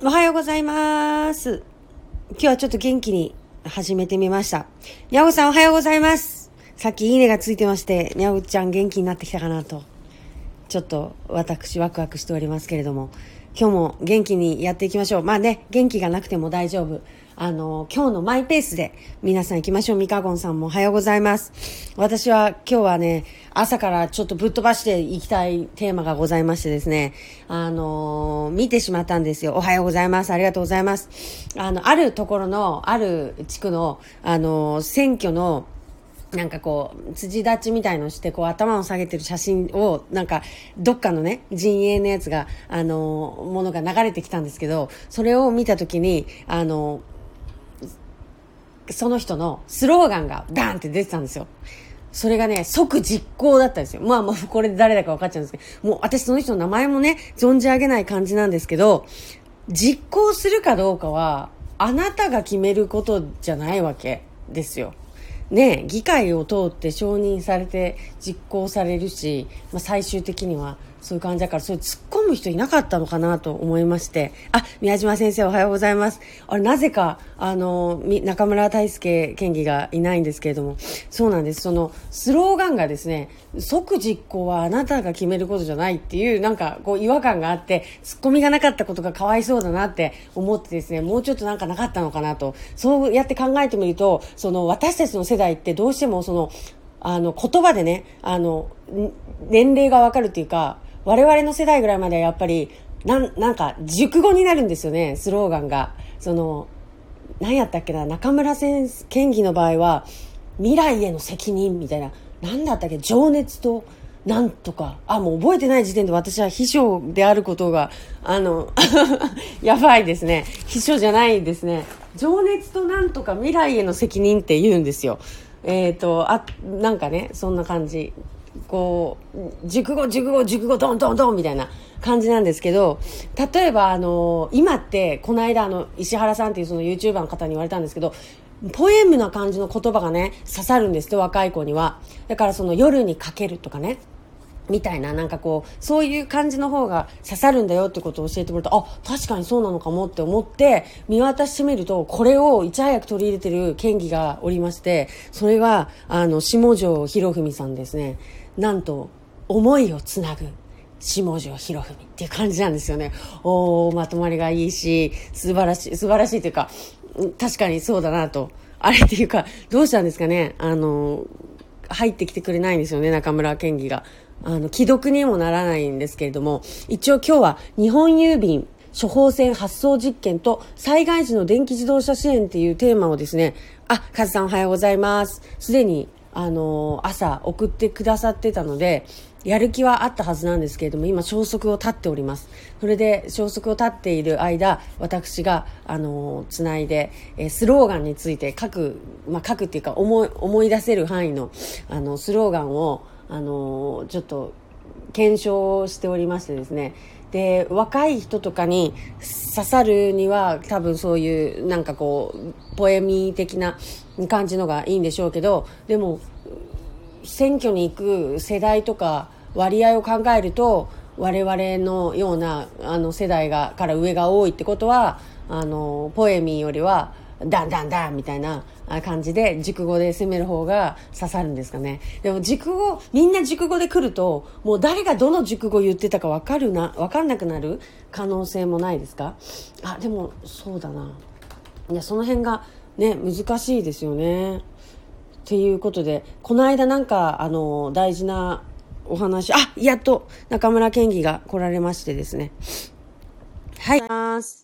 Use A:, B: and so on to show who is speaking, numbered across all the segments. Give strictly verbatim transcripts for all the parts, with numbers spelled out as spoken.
A: おはようございます。今日はちょっと元気に始めてみました。みゃおさんおはようございます。さっきいいねがついてまして、みゃおちゃん元気になってきたかなと、ちょっと私ワクワクしておりますけれども、今日も元気にやっていきましょう。まあね、元気がなくても大丈夫。あの、今日のマイペースで皆さん行きましょう。ミカゴンさんもおはようございます。私は今日はね、朝からちょっとぶっ飛ばしていきたいテーマがございましてですね、あの、見てしまったんですよ。おはようございます。ありがとうございます。あの、あるところの、ある地区の、あの、選挙の、なんかこう、辻立ちみたいのして、こう頭を下げてる写真を、なんか、どっかのね、陣営のやつが、あの、ものが流れてきたんですけど、それを見たときに、あの、その人のスローガンがダーンって出てたんですよ。それがね、即実行だったんですよ。まあもうこれで誰だか分かっちゃうんですけど、もう私その人の名前もね、存じ上げない感じなんですけど、実行するかどうかは、あなたが決めることじゃないわけですよ。ね、議会を通って承認されて実行されるし、まあ、最終的にはそういう感じだから、それ突っ込む人いなかったのかなと思いまして。あ、宮島先生おはようございます。あれ、なぜか、あの、中村大輔県議がいないんですけれども、そうなんです。その、スローガンがですね、即実行はあなたが決めることじゃないっていう、なんか、こう、違和感があって、突っ込みがなかったことがかわいそうだなって思ってですね、もうちょっとなんかなかったのかなと。そうやって考えてみると、その、私たちの世代ってどうしてもその、あの、言葉でね、あの、年齢がわかるっていうか、我々の世代ぐらいまではやっぱり、なん、なんか、熟語になるんですよね、スローガンが。その、何やったっけな、中村先生、県議の場合は、未来への責任みたいな、なんだったっけ、情熱と、なんとか、あ、もう覚えてない時点で私は秘書であることが、あの、やばいですね。秘書じゃないですね。情熱となんとか未来への責任って言うんですよ。えっと、あ、なんかね、そんな感じ。こう、熟語、熟語、熟語、ドンドンドンみたいな感じなんですけど、例えば、あの、今って、この間、あの、石原さんっていうその YouTuber の方に言われたんですけど、ポエムな感じの言葉がね、刺さるんですって、若い子には。だからその夜にかけるとかね。みたいな、なんかこう、そういう感じの方が刺さるんだよってことを教えてもらうと、あ、確かにそうなのかもって思って、見渡してみると、これをいち早く取り入れてる県議がおりまして、それが、あの、下條博文さんですね。なんと、思いをつなぐ。下條博文っていう感じなんですよね。おー、まとまりがいいし、素晴らしい、素晴らしいというか、確かにそうだなと。あれっていうか、どうしたんですかね。あの、入ってきてくれないんですよね、中村県議が。あの、既読にもならないんですけれども、一応今日は日本郵便処方箋発送実験と災害時の電気自動車支援っていうテーマをですね、あ、カズさんおはようございます。すでに、あの、朝送ってくださってたので、やる気はあったはずなんですけれども、今消息を絶っております。それで消息を絶っている間、私が、あの、つないで、えー、スローガンについて書く、まあ、書くっていうか思い、思い出せる範囲の、あの、スローガンを、あの、ちょっと、検証しておりましてですね。で、若い人とかに刺さるには多分そういうなんかこうポエミー的な感じのがいいんでしょうけど、でも選挙に行く世代とか割合を考えると、我々のようなあの世代がから上が多いってことは、あのポエミーよりはダンダンダンみたいな感じで熟語で攻める方が刺さるんですかね。でも熟語、みんな熟語で来ると、もう誰がどの熟語言ってたか分かるな、分かんなくなる可能性もないですか？あ、でもそうだな。いや、その辺がね、難しいですよね。っていうことで、この間なんかあの大事なお話、あ、やっと中村県議が来られましてですね。はい。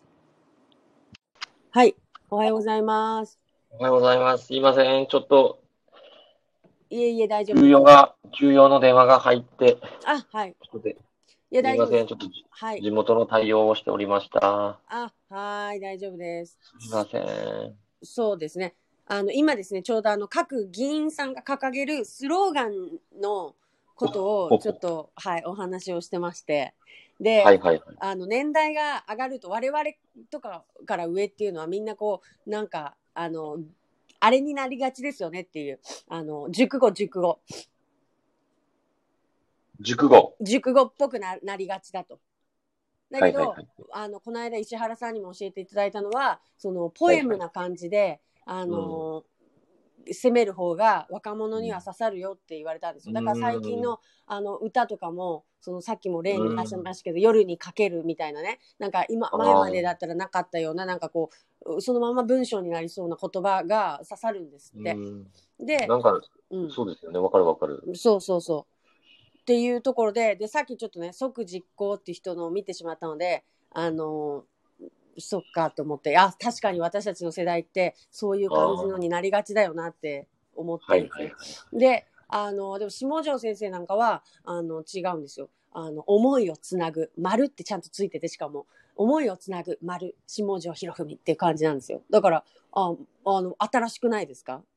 A: はい。おはようございます。
B: おはようございます。すいません。ちょっと、
A: いえいえ、大丈夫
B: 重
A: です。
B: 要が、重要の電話が入って、
A: あ、はい。
B: ちょっとで、
A: いや、
B: すいません。
A: 大丈夫です。
B: ちょっと
A: はい。
B: 地元の対応をしておりました。
A: あ、はい、大丈夫です。
B: すいません。
A: そうですね。あの、今ですね、ちょうどあの、各議員さんが掲げるスローガンのことをちょっと、はい、お話をしてまして。で、
B: はいはいはい。
A: あの、年代が上がると、我々とかから上っていうのはみんなこう、なんか、あの、あれになりがちですよねっていう、あの、熟語、熟語。
B: 熟語。
A: 熟語っぽくななりがちだと。 だけど、
B: はいはいはい。
A: あの、この間石原さんにも教えていただいたのは、その、ポエムな感じで、あの、攻める方が若者には刺さるよって言われたんですよ。だから最近のあの歌とかも、そのさっきも例に出しましたけど、夜にかけるみたいなね、なんか今、前までだったらなかったような、なんかこう、そのまま文章になりそうな言葉が刺さるんですって。で、
B: なんか、
A: うん、
B: そうですよね。わかるわかる。
A: そうそうそう。っていうところで、で、さっきちょっとね、即実行っていう人のを見てしまったので、あのそっかと思って、あ、確かに私たちの世代ってそういう感じのになりがちだよなって思ってるんですね。はいはいはい、で、あの、でも下條先生なんかは、あの、違うんですよ。あの、思いをつなぐ、丸ってちゃんとついてて、しかも、思いをつなぐ、丸、下條博文っていう感じなんですよ。だから、あ、あの、新しくないですか？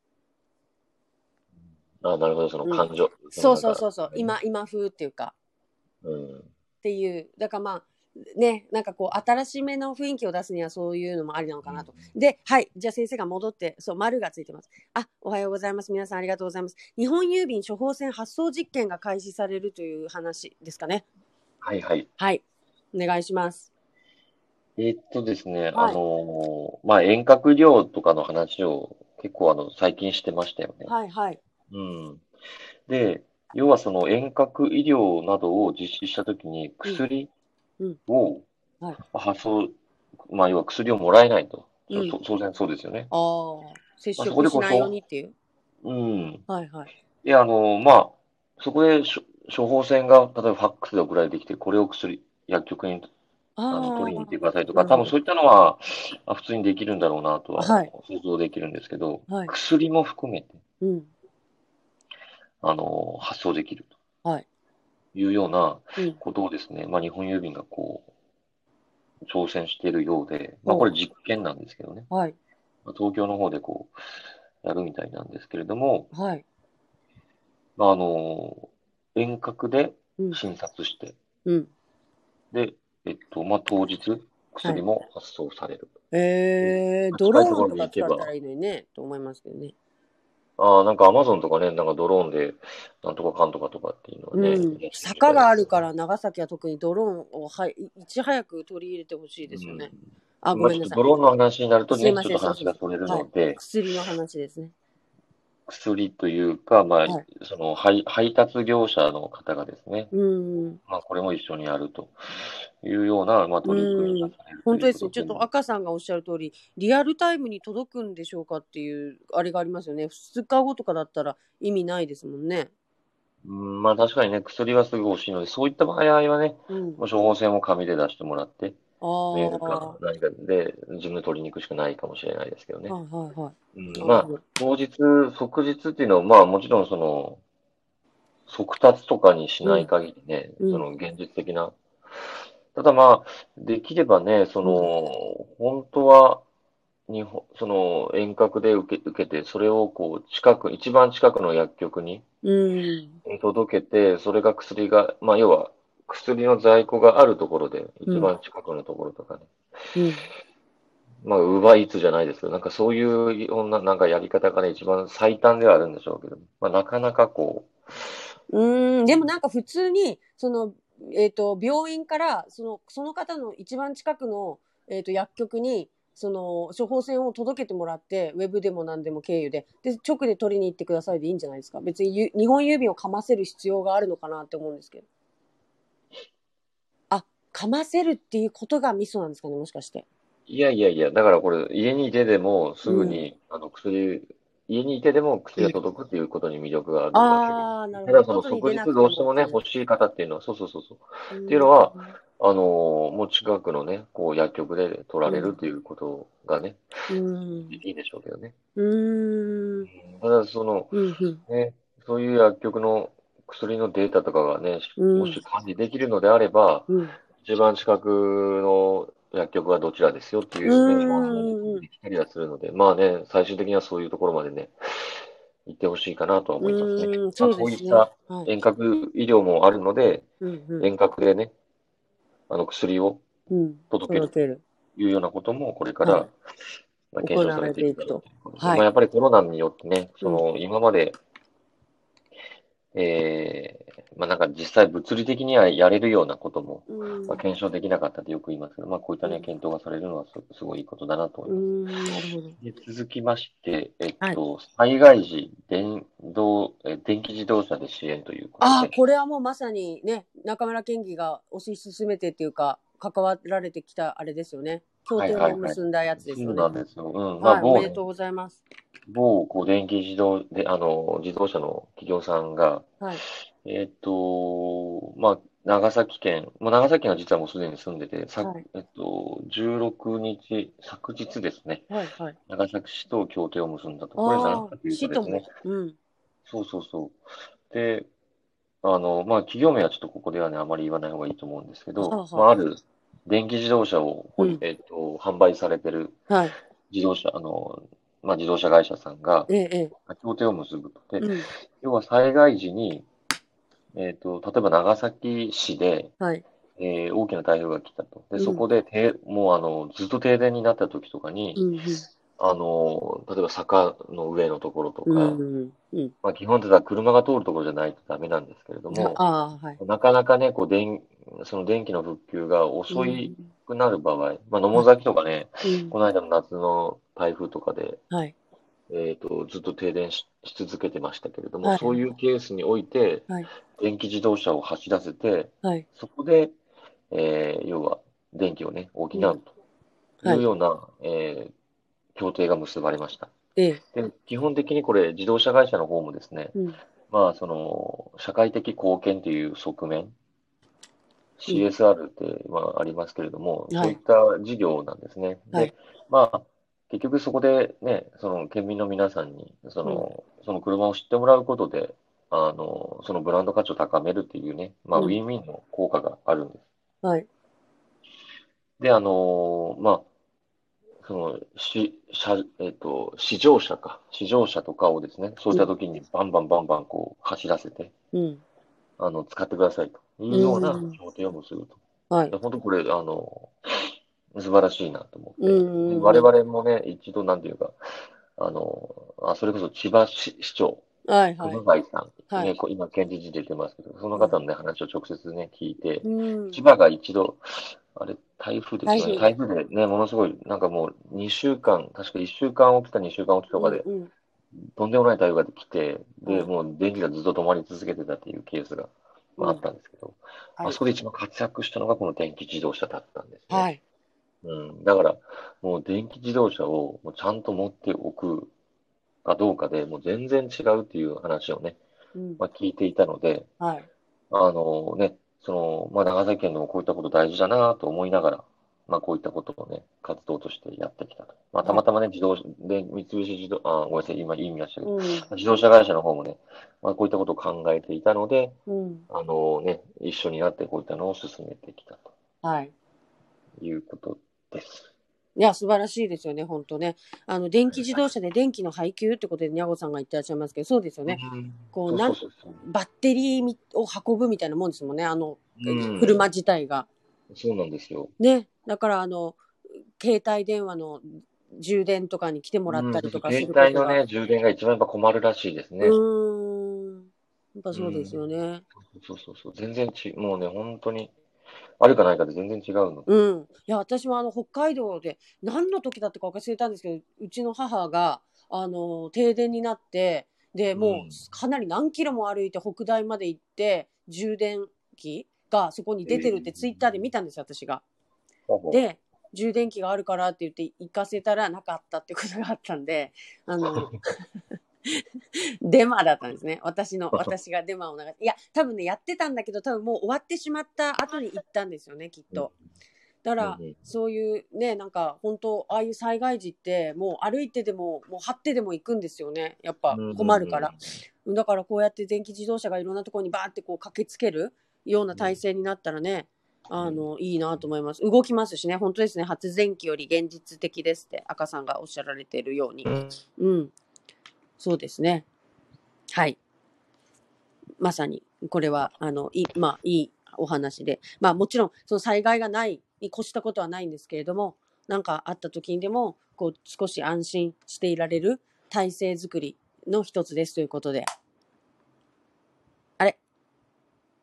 B: あ、なるほど、その感情。うん、
A: そうそうそうそう、今、今風っていうか、
B: うん、
A: っていう、だからまあ、ね、なんかこう、新しめの雰囲気を出すにはそういうのもありなのかなと。うん、で、はい。じゃあ先生が戻って、そう、丸がついてます。あ、おはようございます。皆さんありがとうございます。日本郵便処方箋発送実験が開始されるという話ですかね。
B: はいはい。
A: はい。お願いします。
B: えーっとですね、
A: はい、
B: あのー、まあ、遠隔医療とかの話を結構あの、最近してましたよね。
A: はい、はい。
B: うん。で、要はその遠隔医療などを実施したときに薬を発送、まあ、要は薬をもらえないと。うん、当然そうですよね。
A: ああ、接触しないようにっていう。
B: うん。
A: はいはい。
B: で、あの、まあ、そこで処方箋が、例えばファックスで送られてきて、これを薬、薬局にあの取りに行ってくださいとか、多分そういったのは普通にできるんだろうなとは想像できるんですけど、はい、薬も含めて、うん、あの、発送できるというようなことをですね、うん、まあ日本郵便がこう、挑戦しているようで、まあこれ実験なんですけどね。はい、東京の方でこう、やるみたいなんですけれども、はい、まあ、あの、遠隔で診察して、うん、で、えっと、まあ、当日、薬も発送される。はい、えー、ドローンとか使ったらいいのにね、と思いますけどね。ああ、なんかアマゾンとかね、なんかドローンで、なんとかかんとかとかっていうのはね。うん、
A: 坂があるから、長崎は特にドローンをはいいち早く取り入れてほしいですよね。うん、あ、ごめんなさい。
B: ドローンの話になるとね、ちょっと話が取れるので、はい、
A: 薬の話ですね。
B: 薬というか、まあ、はい、その配、配達業者の方がですね、うん、まあ、これも一緒にやるというような、まあ、取り組みがされるということで、
A: 本当ですね。ちょっと赤さんがおっしゃる通り、リアルタイムに届くんでしょうかっていう、あれがありますよね。ふつかごとかだったら意味ないですもんね。
B: うん、まあ確かにね、薬はすぐ欲しいので、そういった場合はね、うん、処方箋も紙で出してもらって、メールか何かで自分で取りに行くしかないかもしれないですけどね。はいはいはい。うん、まあ、当日、即日っていうのは、まあもちろんその、速達とかにしない限りね、うん、その現実的な。ただまあ、できればね、その、うん、本当は、日本、その遠隔で受け、受けて、それをこう、近く、一番近くの薬局に、届けて、それが薬が、まあ要は、薬の在庫があるところで、一番近くのところとかね。うん、まあ、ウーバーイーツじゃないですけど、なんかそういういろんな、なんかやり方がね、一番最短ではあるんでしょうけど、まあなかなかこ
A: う。うん、でもなんか普通に、その、えっと、病院から、その、その方の一番近くの、えっと、薬局に、その処方箋を届けてもらって、ウェブでも何でも経由で、で、直で取りに行ってくださいでいいんじゃないですか。別に日本郵便をかませる必要があるのかなって思うんですけど。あ、かませるっていうことがミソなんですかね、もしかして。
B: いやいやいや、だからこれ、家にいてでもすぐに、うん、あの薬、家にいてでも薬が届くっていうことに魅力があるわけで。ああ、なるほど。ただその即日どうしてもね、欲しい方っていうのは、そうそうそうそう。っていうのは、あのー、もう近くのね、こう薬局で取られるっていうことがね、うん、いいでしょうけどね。うん。ただその、うんうん、ね、そういう薬局の薬のデータとかがね、もし管理できるのであれば、うん、一番近くの薬局はどちらですよっていうね、情報ができたりはするので、まあね、最終的にはそういうところまでね、行ってほしいかなとは思いますね。うん、そうですね。まあ、こういった遠隔医療もあるので、はい、遠隔でね、あの薬を届けるというようなこともこれから、はい、まあ、検証されていくと。はい、まあ、やっぱりコロナによってね、その、今まで、えー、 まあなんか実際物理的にはやれるようなことも、
A: うん。
B: まあ、検証できなかったってよく言いますけど、まあこういったね、
A: うん。
B: 検討がされるのはす、すごいいいことだなと思
A: う
B: います。
A: ん、なるほど。
B: で、続きまして、えっ
A: はい。
B: と、災害時、電動、え電気自動車で支援ということ
A: ああ、
B: で、
A: これはもうまさにね、中村県議が推し進めてっていうか、関わられてきたあれですよね。協
B: はい
A: 定
B: はいはい。
A: も結んだやつです
B: そう
A: よね。
B: なんですよ。うん。まあ、
A: はい、おめ
B: 某ね、
A: でとうございます。
B: 某、こう、電気自動で、あの、自動車の企業さんが、
A: はい。
B: えっと、まあ、長崎県、もう長崎県は実はもうすでに住んでて、さ、
A: はい。
B: えっと、じゅうろくにち、昨日ですね、
A: はい。はい。
B: 長崎市と協定を結んだと。これ何
A: ああ、
B: かというと
A: 市とも。
B: ですね、
A: うん。
B: そうそうそう。で、あの、まあ、企業名はちょっとここではね、あまり言わない方がいいと思うんですけど、まあ、
A: はあはあ。
B: ある電気自動車を保有、
A: うん。
B: えっと、販売されてる
A: はい。
B: 自動車、あの、まあ、自動車会社さんが、
A: ええ、ええ。
B: 協定を結ぶと。で、
A: うん。
B: 要は災害時に、えっと、例えば長崎市で、
A: はい。
B: えー大きな台風が来たと。で、
A: うん。
B: そこで、て、もうあの、ずっと停電になった時とかに、
A: うん。
B: あの、例えば坂の上のところと
A: う
B: か、
A: ん。うん。
B: まあ、基本的には車が通るところじゃないとダメなんですけれど
A: あ
B: も、
A: あ、はい。
B: なかなかね、こう、電、その電気の復旧が
A: うん。
B: 遅いくなる場合、まあ、野母
A: はい。
B: 崎とかね、
A: うん。
B: この間の夏の台風とかで、
A: はい。
B: えっと、ずっと停電し、し続けてましたけれども、
A: はい。
B: そういうケースにおいて、
A: はい。
B: 電気自動車を走らせて、
A: はい。
B: そこで、えー要は、電気をね、補う
A: うん。
B: とい
A: はい。
B: うような、えー協定が結ばれました。
A: ええ。
B: で、基本的にこれ、自動車会社の方もですね、
A: うん。
B: まあ、その、社会的貢献という側面、
A: うん。
B: シーエスアール って、まあ、ありますけれども、
A: はい。
B: そういった事業なんですね。で、
A: はい。
B: まあ、結局そこでね、その県民の皆さんに、そ
A: うん。
B: の、その車を知ってもらうことで、あの、そのブランド価値を高めるっていうね、まあ、ウ
A: うん。
B: ィンウィンの効果があるんです。
A: はい。
B: で、あの、まあ、その、し、車、えっと、試乗車か。試乗車とかをですね、そういっ
A: うん。
B: た時にバンバンバンバンこう走らせて、
A: うん。
B: あの、使ってくださいとい
A: う
B: うような
A: ん。
B: 協定を結ぶと。
A: はい。
B: で、本当これ、あの、素晴らしいなと思
A: う
B: って。で、我
A: ん。
B: 々もね、一度なんていうか、あの、あ、それこそ千葉市、市長、
A: はい。はい。
B: 熊谷さん、
A: はい。
B: ね、こ今、県知事出てますけど、その
A: はい。
B: 方のね、話を直接ね、聞いて、
A: うん。
B: 千葉が一度、あれ、台風ですよね。
A: 台風で。
B: 台風でね、ものすごい、なんかもうにしゅうかん、確かいっしゅうかん起きた、にしゅうかん起きたとかで、
A: うん。うん。
B: とんでもない台風が来て、で、
A: はい。
B: もう電気がずっと止まり続けてたっていうケースが、まあ、あっ
A: うん。
B: たんですけど、あ
A: はい。
B: そこで一番活躍したのがこの電気自動車だったんですね。
A: はい。
B: うん。だから、もう電気自動車をもうちゃんと持っておくかどうかで、もう全然違うっていう話をね、
A: うん。
B: まあ、聞いていたので、
A: はい。
B: あのね、その、まあ、長崎県でもこういったこと大事だなと思いながら、まあ、こういったことをね、活動としてやってきたと。まあ、た
A: はい。
B: またまね、自動車、で、三菱自動、あ、ごめんなさい、今言いましたけど、
A: うん。
B: 自動車会社の方もね、まあ、こういったことを考えていたので、
A: うん。
B: あのね、一緒になってこういったのを進めてきた
A: はい。
B: ということです。
A: いや、素晴らしいですよね、本当ね。あの、電気自動
B: ありがと
A: 車で電気の配給ってことで、にゃごさんが言ってらっしゃいますけど、そうですよ
B: う。う
A: ね。
B: ん。
A: こう、
B: そう
A: なん、
B: そうそうそう。
A: バッテリーみを運ぶみたいなもんですもんね、あの、
B: うん。
A: 車自体が。
B: そうなんですよ。
A: ね。だから、あの、携帯電話の充電とかに来てもらっ
B: うん、そうそう、
A: たりとかす
B: 携
A: ることが。
B: 帯のね、充電が一番やっぱ困るらしいです
A: う
B: ね。
A: ーん。やっぱ
B: う
A: そうですよ
B: ん。
A: ね。
B: そうそうそう。全然ち、もうね、本当に、あるかないかで全然違うので。
A: うん。いや、私もあの、北海道で、何の時だったか忘れたんですけど、うちの母が、あの、停電になって、で、も
B: うん。
A: う、かなり何キロも歩いて北大まで行って、充電器がそこに
B: ええ、
A: 出てるってツイッターで見たんですよ、私が。
B: ほうほ
A: で、充電器があるからって言って行かせたらなかったってことがあったんで、あの、デマだったんですね。私の、私がデマを流して。いや、多分ね、やってたんだけど、多分もう終わってしまった後に行ったんですよね、きっ
B: う。うん。
A: と。だか
B: うん。う
A: ら、
B: ん。
A: そういうね、なんか、本当ああいう災害時って、もう歩いてでも、もう張ってでも行くんですよね。やっぱ
B: うん。
A: 困るから。
B: うん。
A: だからこうやって電気自動車がいろんなところにバーってこう駆けつけるような
B: うん。
A: 体制になったらね、
B: うん。
A: あの、いいなと思います。動きますしね、本当ですね。発電機より現実的ですって、赤さんがおっしゃられているように。
B: うん。
A: うん。そうですね。はい。まさに、これは、あの、いい、まあ、いいお話で。まあ、もちろん、その災害がないに越したことはないんですけれども、なんかあった時にでも、こう、少し安心していられる体制づくりの一つですということで。あれ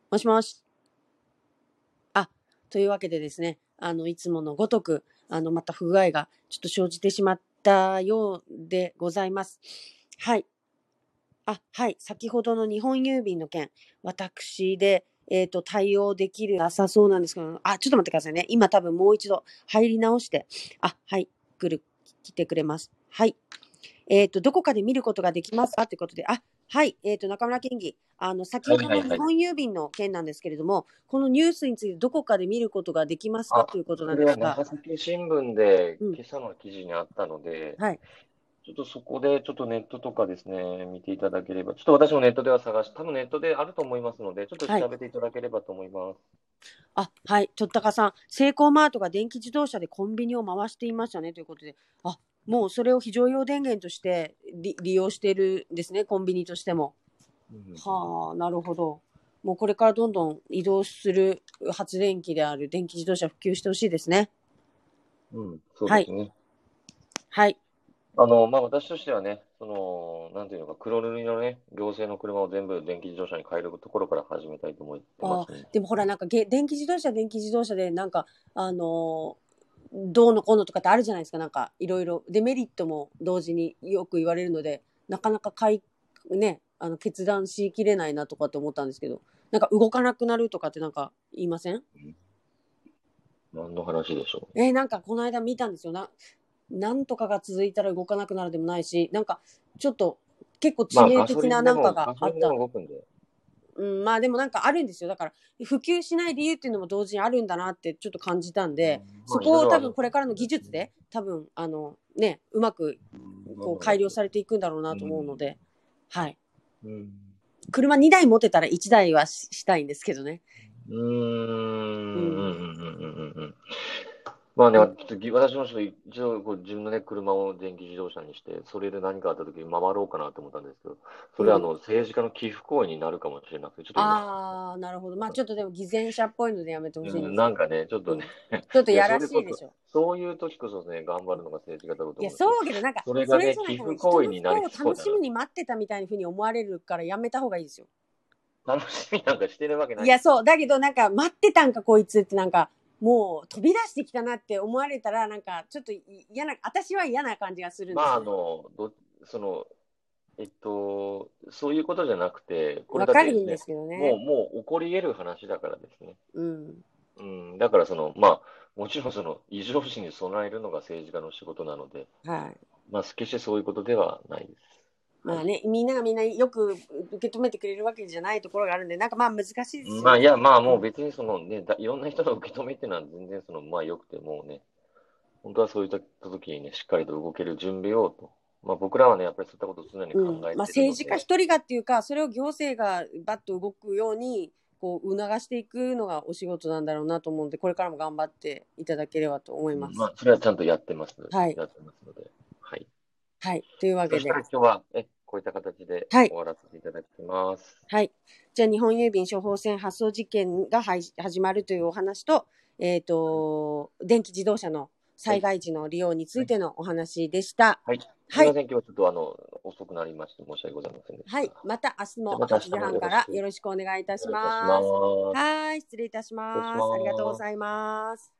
A: もしもし。あ、というわけでですね、あの、いつものごとく、あの、また不具合がちょっと生じてしまったようでございます。はい。あ、はい。先ほどの日本郵便の件、私で、えっと、対応できるなさそうなんですけど、あ、ちょっと待ってくださいね。今多分もう一度入り直して、あ、はい、来る、来てくれます。はい。えっと、どこかで見ることができますかということで、あ、はい、えっと、中村県議、あの、先ほどの日本郵便の件なんですけれども、はいはいはい、このニュースについてどこかで見ることができますかということなんですが。
B: これは長崎新聞で今朝の記事にあったので、うん、はい。ちょっとそこで、ちょっとネットとかですね、見ていただければ、ちょっと私もネットでは探し、多分ネットであると思いますので、ちょっと調べていただければと思います。はい、
A: あ、はい、とったかさん、セイコーマートが電気自動車でコンビニを回していましたねということで、あ、もうそれを非常用電源として利利用しているんですね、コンビニとしても。うん、はあ、なるほど。もうこれからどんどん移動する発電機である電気自動車普及してほしいですね。
B: うん、そうですね。
A: はい。はい、あ
B: の、まあ、私としてはね、その、なんていうのか、黒塗りのね、行政の車を全部電気自動車に変えるところから始めたいと思ってますね。
A: あ、でもほら、なんか、電気自動車、電気自動車で、なんか、あのー、どうのこうのとかってあるじゃないですか、なんか、いろいろ。デメリットも同時によく言われるので、なかなか買い、ね、あの、決断しきれないなとかって思ったんですけど、なんか動かなくなるとかってなんか言いません？
B: 何の話でしょう？
A: えー、なんかこの間見たんですよ。な、なんとかが続いたら動かなくなるでもないし、なんかちょっと結構致命的ななんかがあった。まあ、ガソリンでも動くんで。うん、まあでもなんかあるんですよ。だから普及しない理由っていうのも同時にあるんだなってちょっと感じたんで、うん、そこを多分これからの技術で多分あのね、うまくこう改良されていくんだろうなと思うので、うん、はい、うん。車にだい持てたらいちだいは し, したいんですけどね。うーん。うんうんうんうんうん。
B: まあね、私もちょっと一応こう自分のね、車を電気自動車にして、それで何かあった時に回ろうかなと思ったんですけど、それはあの、政治家の寄付行為になるかもしれなくて、ちょっと今。
A: ああ、なるほど。まあちょっとでも偽善者っぽいのでやめてほしいんですけど、
B: うん、なんかね、ちょっとね、
A: うん、ちょっとやらしいでしょ。
B: そういう時こそね、頑張るのが政治家だろうと思う。
A: いや、そうけどなんか、
B: それがね、寄付行為になりそうだな。
A: 人の不幸を楽しみに待ってたみたいな風に思われるからやめた方がいいですよ。
B: 楽しみなんかしてるわけない。
A: いや、そう。だけどなんか、待ってたんかこいつってなんか、もう飛び出してきたなって思われたら、なんか、ちょっと嫌な、私は嫌な感じがするんですよ、ね。まあ、あの、
B: ど、その、えっと、そういうことじゃなくて、
A: これだって、ね、わかるんですけどね。
B: もう、もう起こり得る話だからですね。うん。うん。だからその、まあ、もちろんその、異常時に備えるのが政治家の仕事なので、はい。まあ、決してそういうことではないです。
A: まあね、みんながみんなよく受け止めてくれるわけじゃないところがあるんで、なんかまあ難しいですよね。
B: まあいや、まあもう別にそのね、いろんな人の受け止めっていうのは全然その、まあ良くてもね、本当はそういった時にね、しっかりと動ける準備をと。まあ僕らはね、やっぱりそういったことを常に考えてるので、うん、まあ
A: 政治家一人がっていうか、それを行政がバッと動くように、こう促していくのがお仕事なんだろうなと思うので、これからも頑張っていただければと思います。
B: まあそれはちゃんとやってます。はい。やってますので。はい。
A: はい。というわけで。そした
B: ら今日は、え、こういった形で終わらせていただきます。
A: はい。はい、じゃあ日本郵便処方箋発送実験が始まるというお話と、えっ、ー、と、電気自動車の災害時の利用についてのお話でした。
B: はい。すみません、今日はちょっとあの、遅くなりまして申し訳ございませんでした。
A: はい。また明日もはちじはんからよろしくお願いいたします。はい。失礼いたします。ありがとうございます。